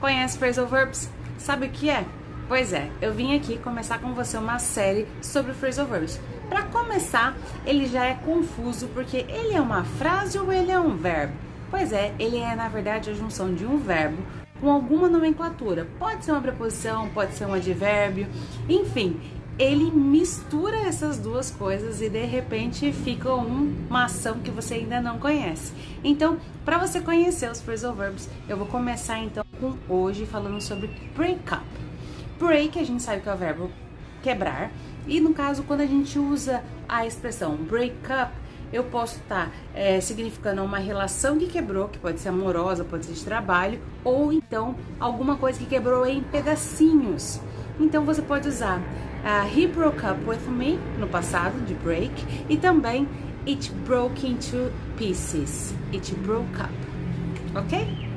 Conhece phrasal verbs? Sabe o que é? Pois é, eu vim aqui começar com você uma série sobre phrasal verbs. Para começar, ele já é confuso porque ele é uma frase ou ele é um verbo? Pois é, ele é na verdade a junção de um verbo com alguma nomenclatura. Pode ser uma preposição, pode ser um advérbio, enfim, ele mistura essas duas coisas e de repente fica uma ação que você ainda não conhece. Então, para você conhecer os phrasal verbs, eu vou começar então com hoje falando sobre break up. Break, a gente sabe que é o verbo quebrar, e no caso, quando a gente usa a expressão break up, eu posso estar significando uma relação que quebrou, que pode ser amorosa, pode ser de trabalho, ou então alguma coisa que quebrou em pedacinhos. Então você pode usar he broke up with me, no passado, de break, e também it broke into pieces, it broke up, ok?